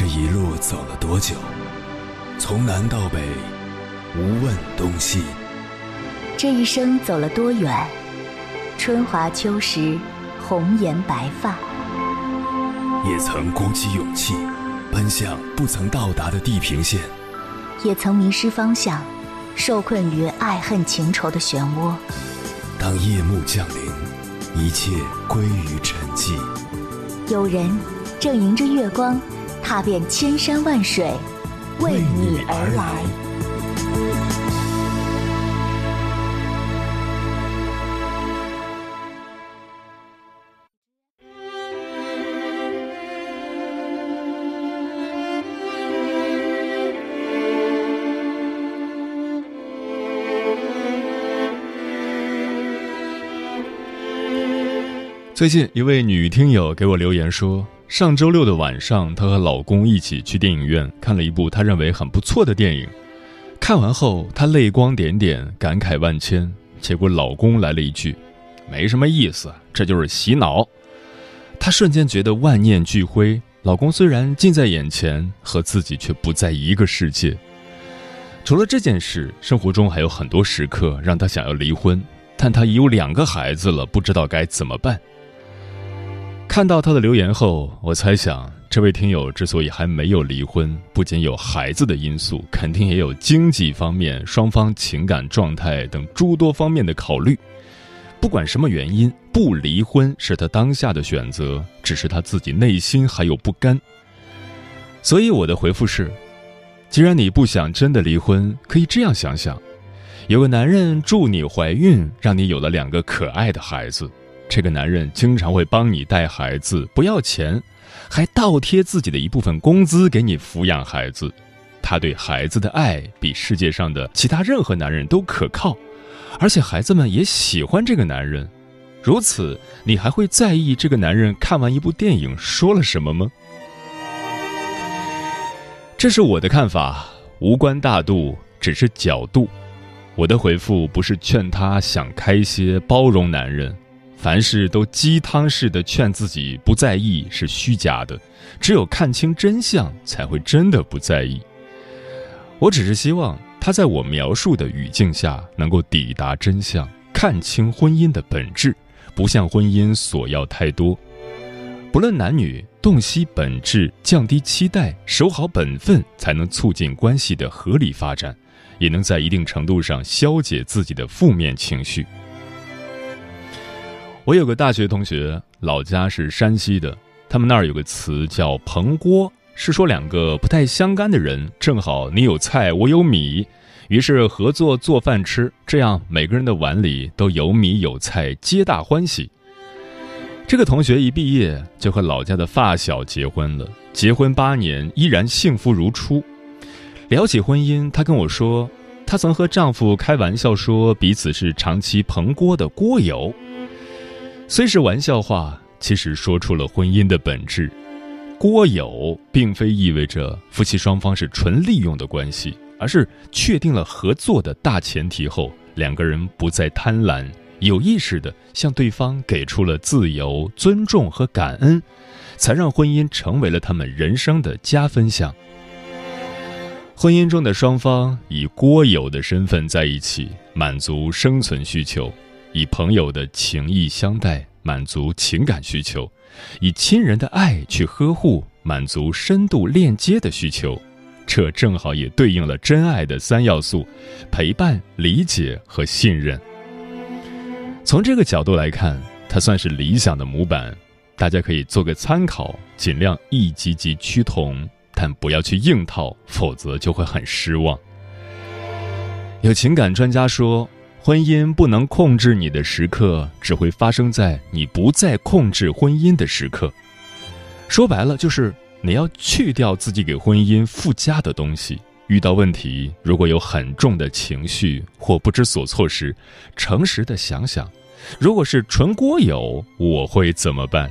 一路走了多久？从南到北，无问东西。 这一生走了多远？春华秋实，红颜白发。 也曾鼓起勇气，奔向不曾到达的地平线。 也曾迷失方向，受困于爱恨情仇的漩涡。 当夜幕降临，一切归于沉寂。 有人正迎着月光，踏遍千山万水，为你而来。 最近一位女听友给我留言说，上周六的晚上，她和老公一起去电影院看了一部她认为很不错的电影。看完后，她泪光点点，感慨万千。结果老公来了一句：“没什么意思，这就是洗脑。”她瞬间觉得万念俱灰。老公虽然近在眼前，和自己却不在一个世界。除了这件事，生活中还有很多时刻让她想要离婚，但她已有2个孩子了，不知道该怎么办。看到他的留言后，我猜想这位听友之所以还没有离婚，不仅有孩子的因素，肯定也有经济方面、双方情感状态等诸多方面的考虑。不管什么原因，不离婚是他当下的选择，只是他自己内心还有不甘。所以我的回复是，既然你不想真的离婚，可以这样想想，有个男人助你怀孕，让你有了2个可爱的孩子。这个男人经常会帮你带孩子，不要钱，还倒贴自己的一部分工资给你抚养孩子。他对孩子的爱比世界上的其他任何男人都可靠，而且孩子们也喜欢这个男人。如此，你还会在意这个男人看完一部电影说了什么吗？这是我的看法，无关大度，只是角度。我的回复不是劝他想开些，包容男人。凡事都鸡汤式的劝自己不在意是虚假的，只有看清真相才会真的不在意。我只是希望他在我描述的语境下能够抵达真相，看清婚姻的本质，不向婚姻索要太多。不论男女，洞悉本质，降低期待，守好本分，才能促进关系的合理发展，也能在一定程度上消解自己的负面情绪。我有个大学同学，老家是山西的，他们那儿有个词叫棚锅，是说2个不太相干的人，正好你有菜我有米，于是合作做饭吃，这样每个人的碗里都有米有菜，皆大欢喜。这个同学一毕业就和老家的发小结婚了，结婚8年依然幸福如初。聊起婚姻，她跟我说，她曾和丈夫开玩笑说彼此是长期棚锅的锅友。虽是玩笑话，其实说出了婚姻的本质。锅友并非意味着夫妻双方是纯利用的关系，而是确定了合作的大前提后，2个人不再贪婪，有意识地向对方给出了自由、尊重和感恩，才让婚姻成为了他们人生的加分项。婚姻中的双方以锅友的身份在一起，满足生存需求，以朋友的情谊相待，满足情感需求，以亲人的爱去呵护，满足深度链接的需求。这正好也对应了真爱的3要素：陪伴、理解和信任。从这个角度来看，它算是理想的模板，大家可以做个参考，尽量一级级趋同，但不要去硬套，否则就会很失望。有情感专家说，婚姻不能控制你的时刻，只会发生在你不再控制婚姻的时刻。说白了，就是你要去掉自己给婚姻附加的东西。遇到问题，如果有很重的情绪或不知所措时，诚实的想想，如果是纯锅友，我会怎么办？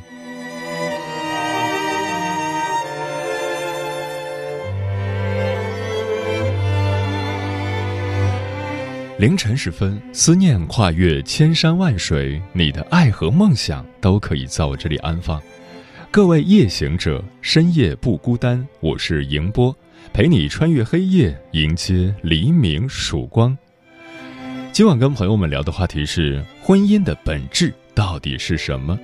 凌晨时分，思念跨越千山万水，你的爱和梦想都可以在我这里安放。 各位夜行者，深夜不孤单，我是迎波，陪你穿越黑夜，迎接黎明曙光。今晚跟朋友们聊的话题是：婚姻的本质到底是什么？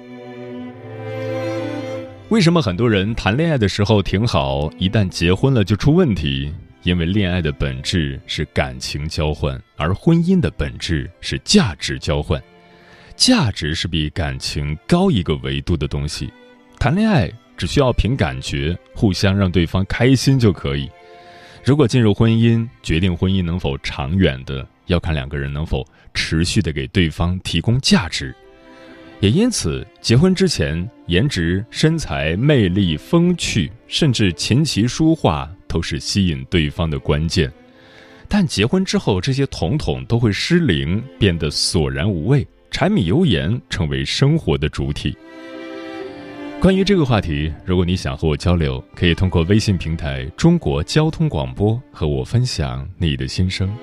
为什么很多人谈恋爱的时候挺好，一旦结婚了就出问题？因为恋爱的本质是感情交换，而婚姻的本质是价值交换。价值是比感情高一个维度的东西。谈恋爱只需要凭感觉，互相让对方开心就可以。如果进入婚姻，决定婚姻能否长远的，要看两个人能否持续的给对方提供价值。也因此，结婚之前，颜值、身材、魅力、风趣，甚至琴棋书画，都是吸引对方的关键。但结婚之后，这些统统都会失灵，变得索然无味，柴米油盐成为生活的主体。关于这个话题，如果你想和我交流，可以通过微信平台中国交通广播和我分享你的心声。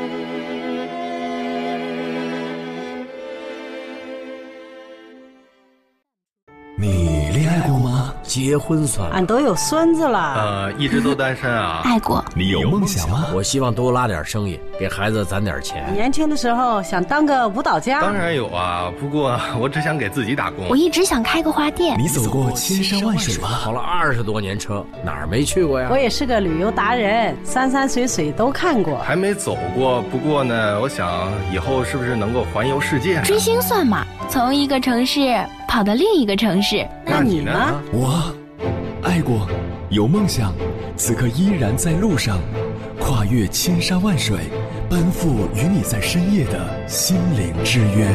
你恋爱过吗？ 结婚算了， 俺都有孙子了。 一直都单身啊。 爱过。 你有梦想吗？ 我希望多拉点生意，给孩子攒点钱。 年轻的时候想当个舞蹈家。 当然有啊，不过我只想给自己打工。 我一直想开个花店。 你走过千山万水吗？ 跑了20多年车，哪儿没去过呀？ 我也是个旅游达人，山山水水都看过。 还没走过，不过呢，我想以后是不是能够环游世界呢？ 追星算吗？从一个城市跑到另一个城市。 那你呢？ 我爱过，有梦想，此刻依然在路上，跨越千山万水，奔赴与你在深夜的心灵之约。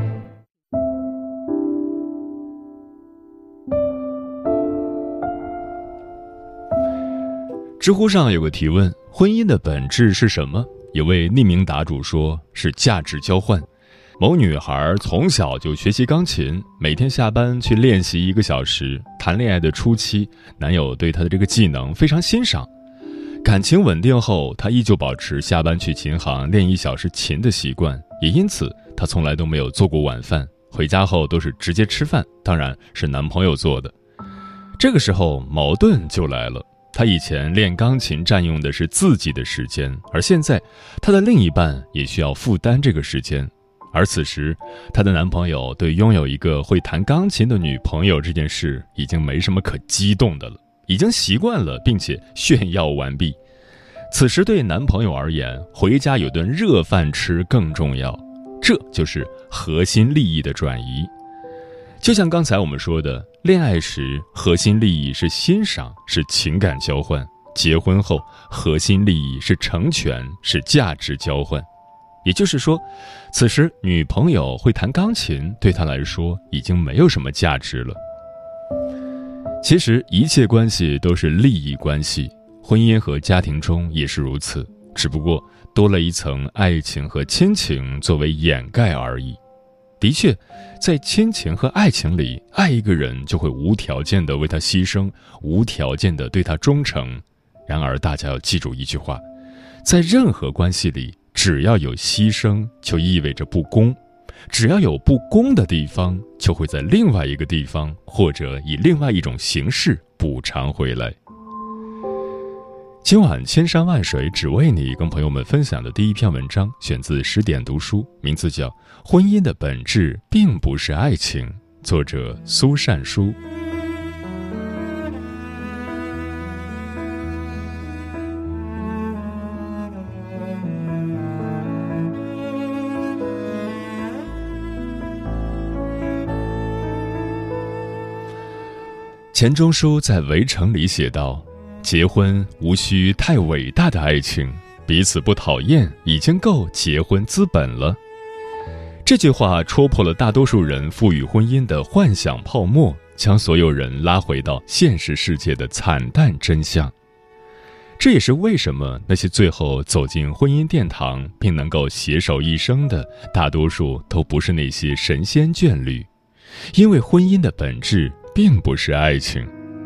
知乎上有个提问：婚姻的本质是什么？有位匿名答主说是价值交换。某女孩从小就学习钢琴，每天下班去练习1个小时。谈恋爱的初期，男友对她的这个技能非常欣赏。感情稳定后，她依旧保持下班去琴行练1小时琴的习惯，也因此她从来都没有做过晚饭，回家后都是直接吃饭，当然是男朋友做的。这个时候矛盾就来了，她以前练钢琴占用的是自己的时间，而现在她的另一半也需要负担这个时间。而此时，她的男朋友对拥有一个会弹钢琴的女朋友这件事已经没什么可激动的了，已经习惯了，并且炫耀完毕。此时对男朋友而言，回家有顿热饭吃更重要，这就是核心利益的转移。就像刚才我们说的，恋爱时核心利益是欣赏，是情感交换；结婚后，核心利益是成全，是价值交换。也就是说，此时女朋友会弹钢琴，对她来说已经没有什么价值了。其实一切关系都是利益关系，婚姻和家庭中也是如此，只不过多了一层爱情和亲情作为掩盖而已。的确，在亲情和爱情里，爱一个人就会无条件地为他牺牲，无条件地对他忠诚。然而大家要记住一句话，在任何关系里，只要有牺牲，就意味着不公；只要有不公的地方，就会在另外一个地方，或者以另外一种形式补偿回来。今晚千山万水只为你，跟朋友们分享的第一篇文章，选自10点读书，名字叫《婚姻的本质并不是爱情》，作者苏善书。钱钟书在《围城》里写道：结婚无需太伟大的爱情，彼此不讨厌已经够结婚资本了。这句话戳破了大多数人赋予婚姻的幻想泡沫，将所有人拉回到现实世界的惨淡真相。这也是为什么那些最后走进婚姻殿堂并能够携手一生的，大多数都不是那些神仙眷侣，因为婚姻的本质并不是爱情。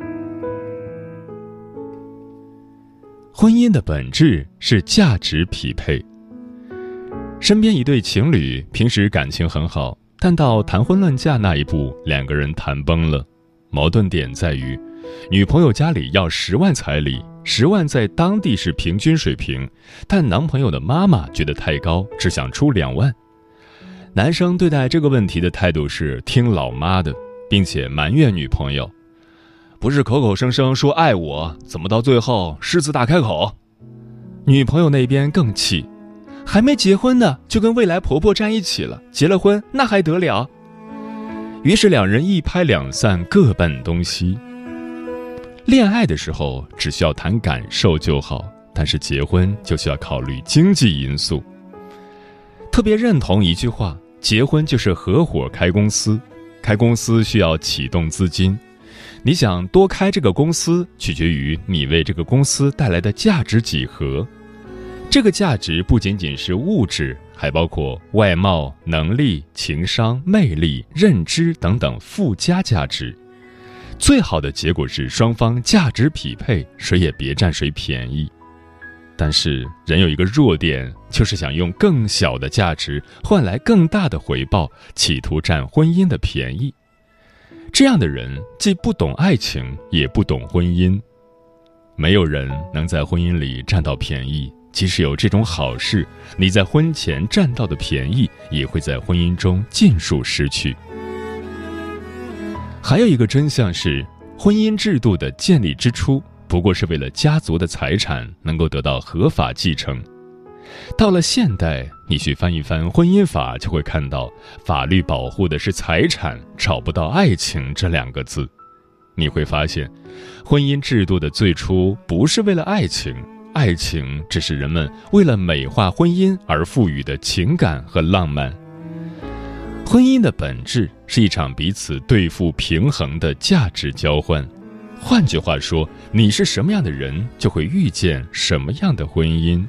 婚姻的本质是价值匹配。身边一对情侣平时感情很好，但到谈婚论嫁那一步，两个人谈崩了。 矛盾点在于，女朋友家里要10万彩礼，10万在当地是平均水平，但男朋友的妈妈觉得太高，只想出2万。男生对待这个问题的态度是听老妈的，并且埋怨女朋友，不是口口声声说爱我，怎么到最后狮子大开口？女朋友那边更气，还没结婚呢就跟未来婆婆站一起了，结了婚那还得了？于是两人一拍两散，各奔东西。恋爱的时候只需要谈感受就好，但是结婚就需要考虑经济因素。特别认同一句话，结婚就是合伙开公司，开公司需要启动资金，你想多开这个公司，取决于你为这个公司带来的价值几何。这个价值不仅仅是物质，还包括外貌、能力、情商、魅力、认知等等附加价值。最好的结果是双方价值匹配，谁也别占谁便宜。但是人有一个弱点，就是想用更小的价值换来更大的回报，企图占婚姻的便宜。这样的人既不懂爱情，也不懂婚姻。没有人能在婚姻里占到便宜，即使有这种好事，你在婚前占到的便宜，也会在婚姻中尽数失去。还有一个真相是，婚姻制度的建立之初，不过是为了家族的财产能够得到合法继承。到了现代，你去翻一翻婚姻法，就会看到法律保护的是财产，找不到爱情这2个字。你会发现，婚姻制度的最初不是为了爱情，爱情只是人们为了美化婚姻而赋予的情感和浪漫。婚姻的本质是一场彼此对付平衡的价值交换。换句话说，你是什么样的人，就会遇见什么样的婚姻。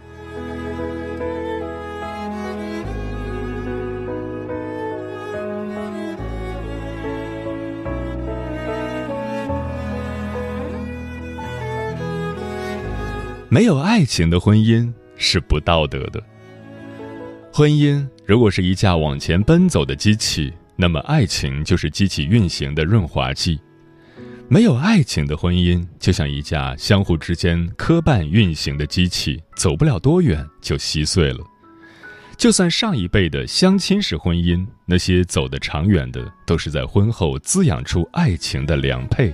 没有爱情的婚姻是不道德的。婚姻如果是一架往前奔走的机器，那么爱情就是机器运行的润滑剂。没有爱情的婚姻就像一架相互之间磕绊运行的机器，走不了多远就稀碎了。就算上一辈的相亲式婚姻，那些走得长远的，都是在婚后滋养出爱情的良配。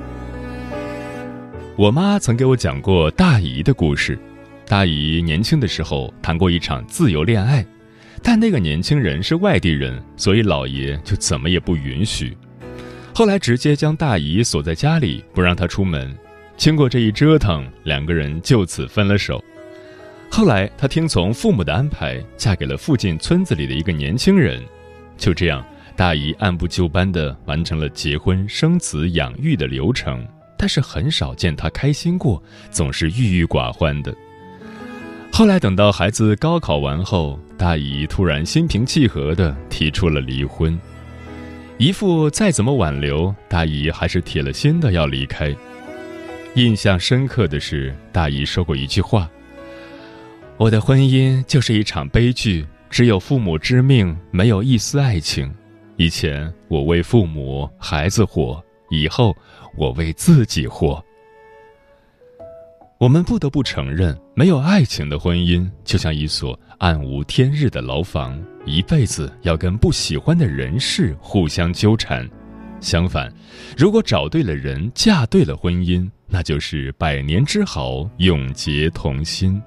我妈曾给我讲过大姨的故事。大姨年轻的时候谈过一场自由恋爱，但那个年轻人是外地人，所以老爷就怎么也不允许。后来直接将大姨锁在家里，不让她出门。经过这一折腾，2个人就此分了手。后来她听从父母的安排，嫁给了附近村子里的一个年轻人。就这样，大姨按部就班地完成了结婚、生子、养育的流程，但是很少见她开心过，总是郁郁寡欢的。后来等到孩子高考完后，大姨突然心平气和地提出了离婚。姨父再怎么挽留，大姨还是铁了心的要离开。印象深刻的是，大姨说过一句话：我的婚姻就是一场悲剧，只有父母之命，没有一丝爱情。以前我为父母孩子活，以后我为自己活。我们不得不承认，没有爱情的婚姻就像一所暗无天日的牢房，一辈子要跟不喜欢的人事互相纠缠。相反，如果找对了人，嫁对了婚姻，那就是100年之好，永结同心。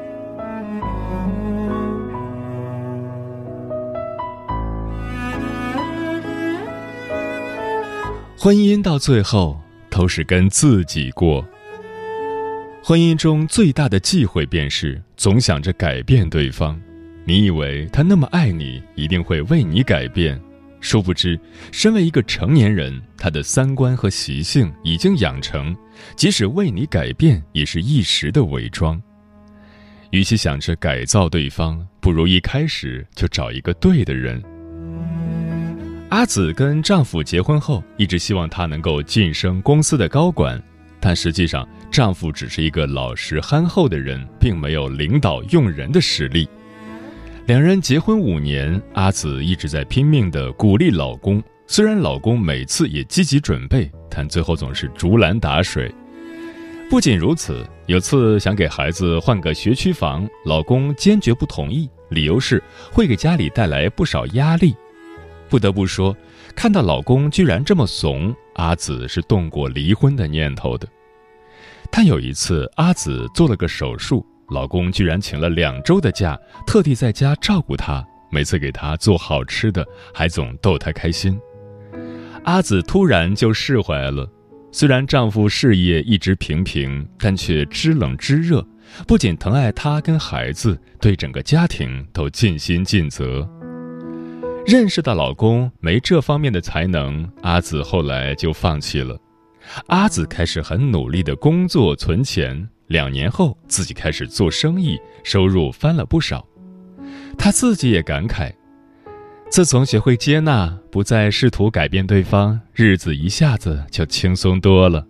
婚姻到最后都是跟自己过。婚姻中最大的忌讳便是总想着改变对方，你以为他那么爱你，一定会为你改变，殊不知，身为一个成年人，他的3观和习性已经养成，即使为你改变，也是一时的伪装。与其想着改造对方，不如一开始就找一个对的人。阿紫跟丈夫结婚后，一直希望他能够晋升公司的高管，但实际上丈夫只是一个老实憨厚的人，并没有领导用人的实力。2人结婚5年，阿紫一直在拼命地鼓励老公， 虽然老公每次也积极准备，但最后总是竹篮打水。不仅如此，有次想给孩子换个学区房，老公坚决不同意，理由是会给家里带来不少压力。不得不说，看到老公居然这么怂，阿紫是动过离婚的念头的。但有一次，阿紫做了个手术，老公居然请了2周的假，特地在家照顾她，每次给她做好吃的，还总逗她开心。阿紫突然就释怀了，虽然丈夫事业一直平平，但却知冷知热，不仅疼爱她跟孩子，对整个家庭都尽心尽责。认识到老公没这方面的才能，阿紫后来就放弃了。阿紫开始很努力的工作存钱，2年后自己开始做生意，收入翻了不少。她自己也感慨，自从学会接纳，不再试图改变对方，日子一下子就轻松多了。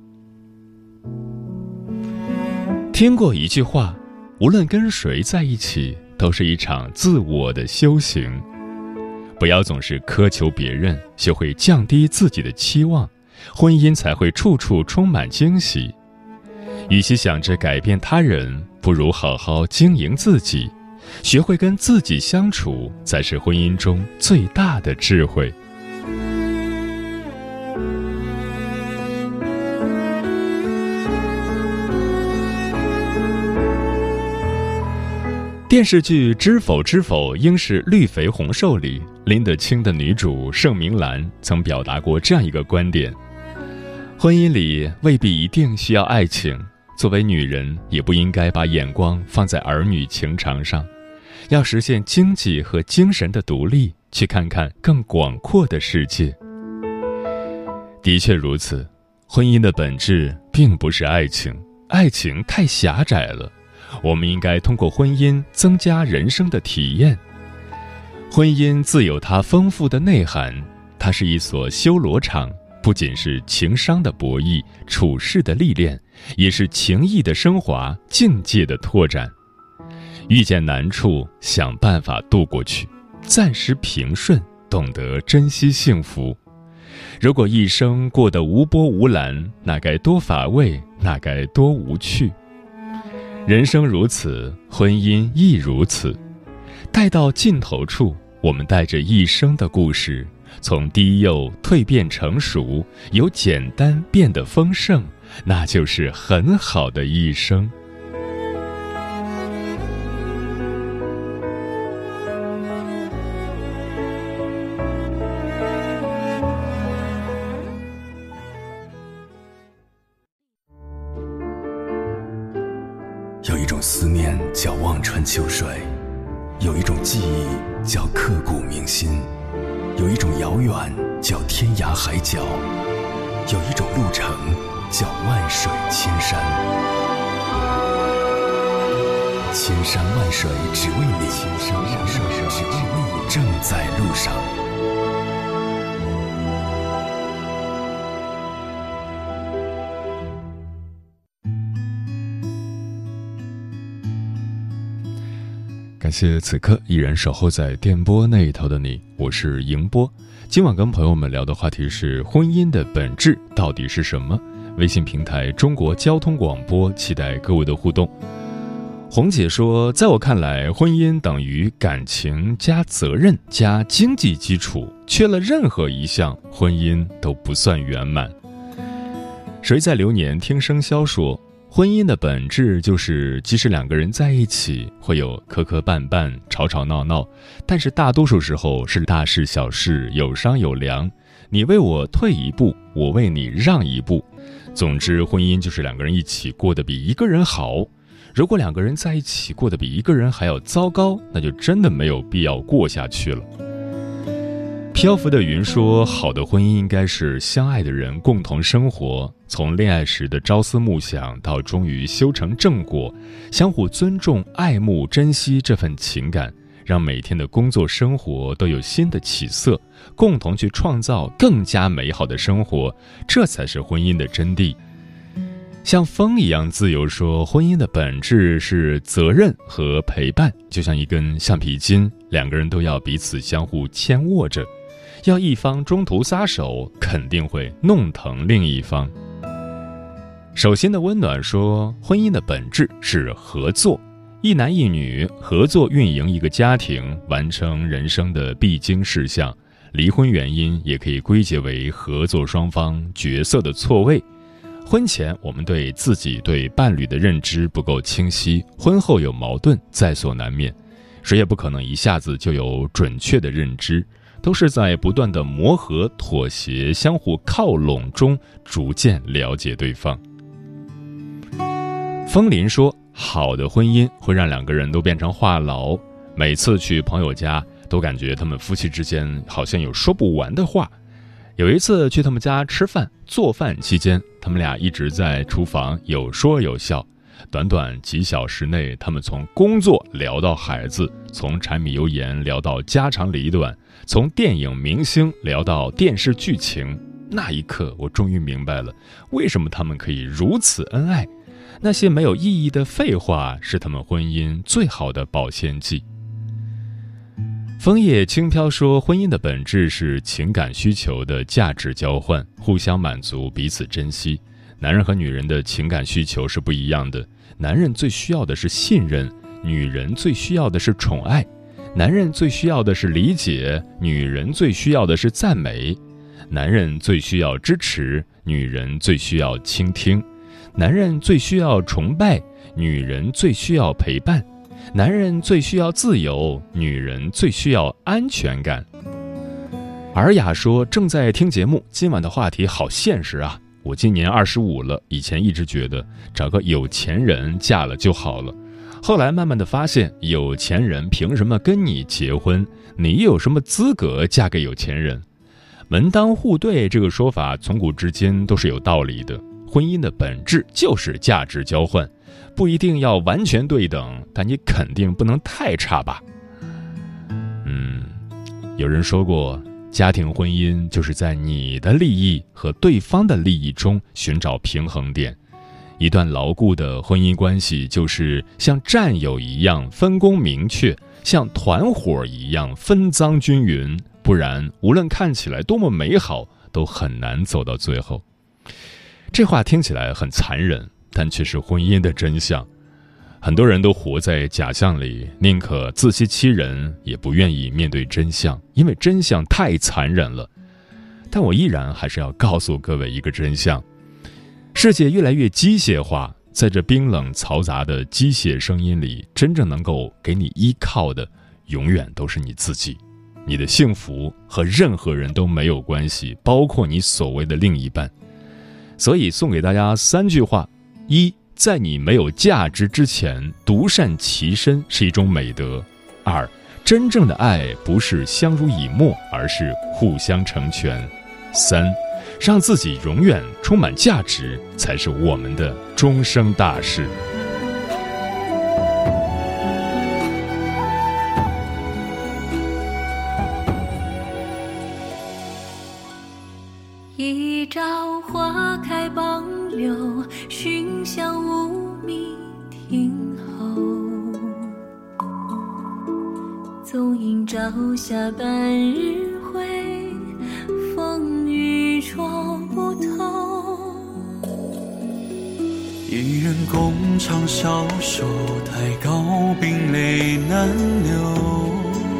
听过一句话，无论跟谁在一起，都是一场自我的修行。不要总是苛求别人，学会降低自己的期望，婚姻才会处处充满惊喜。与其想着改变他人，不如好好经营自己，学会跟自己相处，才是婚姻中最大的智慧。电视剧《知否知否，应是绿肥红瘦》里，林得清的女主盛明兰曾表达过这样一个观点：婚姻里未必一定需要爱情，作为女人也不应该把眼光放在儿女情长上，要实现经济和精神的独立，去看看更广阔的世界。的确如此，婚姻的本质并不是爱情，爱情太狭窄了，我们应该通过婚姻增加人生的体验。婚姻自有它丰富的内涵，它是一所修罗场，不仅是情商的博弈、处事的历练，也是情谊的升华、境界的拓展。遇见难处，想办法度过去，暂时平顺，懂得珍惜幸福。如果一生过得无波无澜，那该多乏味，那该多无趣。人生如此，婚姻亦如此。待到尽头处，我们带着一生的故事，从低幼蜕变成熟，由简单变得丰盛，那就是很好的一生。 有一种思念叫望穿秋水，有一种记忆叫刻骨铭心，有一种遥远叫天涯海角，有一种路程叫万水千山。千山万水只为你，千山万水只为你，正在路上。 感谢此刻依然守候在电波那一头的你，我是迎波。今晚跟朋友们聊的话题是婚姻的本质到底是什么？微信平台中国交通广播，期待各位的互动。红姐说，在我看来，婚姻等于感情加责任加经济基础，缺了任何一项，婚姻都不算圆满。谁在流年听生肖说，婚姻的本质就是，即使2个人在一起会有磕磕绊绊、吵吵闹闹，但是大多数时候是大事小事，有商有量，你为我退一步，我为你让一步。总之，婚姻就是2个人一起过得比1个人好。如果2个人在一起过得比1个人还要糟糕，那就真的没有必要过下去了。漂浮的云说，好的婚姻应该是相爱的人共同生活，从恋爱时的朝思暮想到终于修成正果，相互尊重、爱慕、珍惜这份情感，让每天的工作生活都有新的起色，共同去创造更加美好的生活，这才是婚姻的真谛。像风一样自由说，婚姻的本质是责任和陪伴，就像一根橡皮筋，2个人都要彼此相互牵握着。 要一方中途撒手，肯定会弄疼另一方。手心的温暖说，婚姻的本质是合作，一男一女合作运营一个家庭，完成人生的必经事项。离婚原因也可以归结为合作双方角色的错位。婚前我们对自己对伴侣的认知不够清晰，婚后有矛盾在所难免。谁也不可能一下子就有准确的认知，都是在不断的磨合、妥协、相互靠拢中逐渐了解对方。风林说，好的婚姻会让两个人都变成话痨，每次去朋友家都感觉他们夫妻之间好像有说不完的话。有一次去他们家吃饭，做饭期间他们俩一直在厨房有说有笑，短短几小时内，他们从工作聊到孩子，从柴米油盐聊到家长里短，从电影明星聊到电视剧情。那一刻我终于明白了，为什么他们可以如此恩爱。那些没有意义的废话是他们婚姻最好的保鲜剂。枫叶轻飘说，婚姻的本质是情感需求的价值交换，互相满足，彼此珍惜。男人和女人的情感需求是不一样的，男人最需要的是信任，女人最需要的是宠爱。男人最需要的是理解，女人最需要的是赞美。男人最需要支持，女人最需要倾听。男人最需要崇拜，女人最需要陪伴。男人最需要自由，女人最需要安全感。尔雅说，正在听节目，今晚的话题好现实啊！我今年25了，以前一直觉得找个有钱人嫁了就好了，后来慢慢的发现，有钱人凭什么跟你结婚？你有什么资格嫁给有钱人？门当户对这个说法从古至今都是有道理的，婚姻的本质就是价值交换，不一定要完全对等，但你肯定不能太差吧。有人说过，家庭婚姻就是在你的利益和对方的利益中寻找平衡点。一段牢固的婚姻关系就是像战友一样分工明确，像团伙一样分赃均匀，不然无论看起来多么美好，都很难走到最后。这话听起来很残忍，但却是婚姻的真相。很多人都活在假象里，宁可自欺欺人，也不愿意面对真相，因为真相太残忍了。但我依然还是要告诉各位一个真相：世界越来越机械化，在这冰冷嘈杂的机械声音里，真正能够给你依靠的，永远都是你自己。你的幸福和任何人都没有关系，包括你所谓的另一半。所以送给大家3句话：一，在你没有价值之前，独善其身是一种美德。2，真正的爱不是相濡以沫，而是互相成全。3，让自己永远充满价值，才是我们的终生大事。 一朝花开傍柳，寻香无觅庭后。纵饮朝霞半日晖，风雨戳不透。 一人共长消瘦，太高冰泪难流。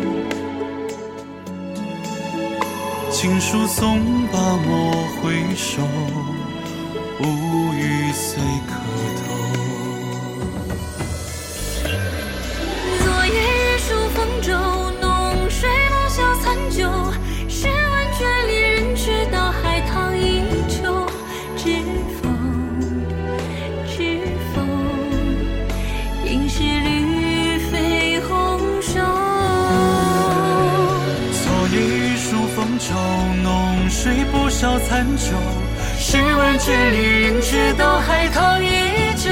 情书送罢莫回首，无语随可透。 昨夜日数风骤，浓水不消残酒。试问卷里人知道海棠依旧。知否应是绿肥红瘦。 昨夜日数风骤，浓水不消残酒。试问卷里人知道海棠依旧。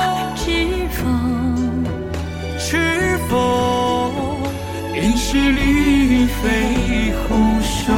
知否应是绿肥红瘦。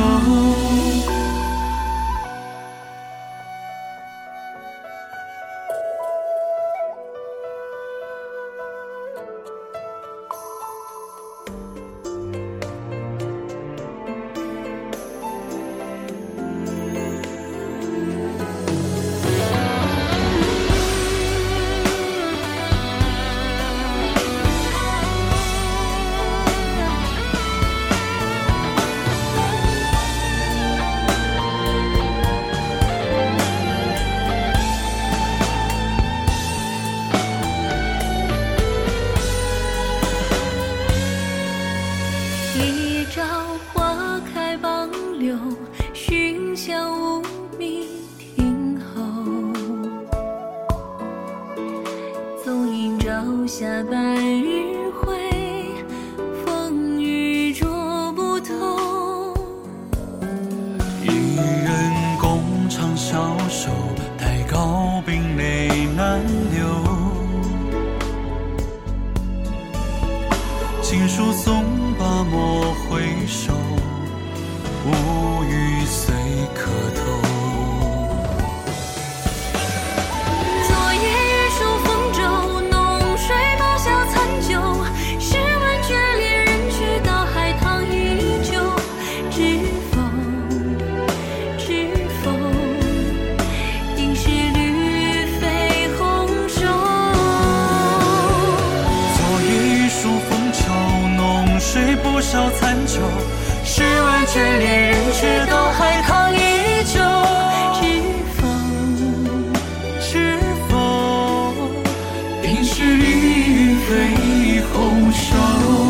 朝霞白日晖，风雨捉不透。 一人共唱消瘦，太高冰泪难流。情书送罢莫回首，无语随可透。 昨夜日数风骤，浓水报晓残酒。试问卷里人却道海棠依旧。知否应是绿肥红瘦。 昨夜一树风骤，浓水不消残酒。试问卷里人却道海棠依旧。知否应是绿肥红瘦。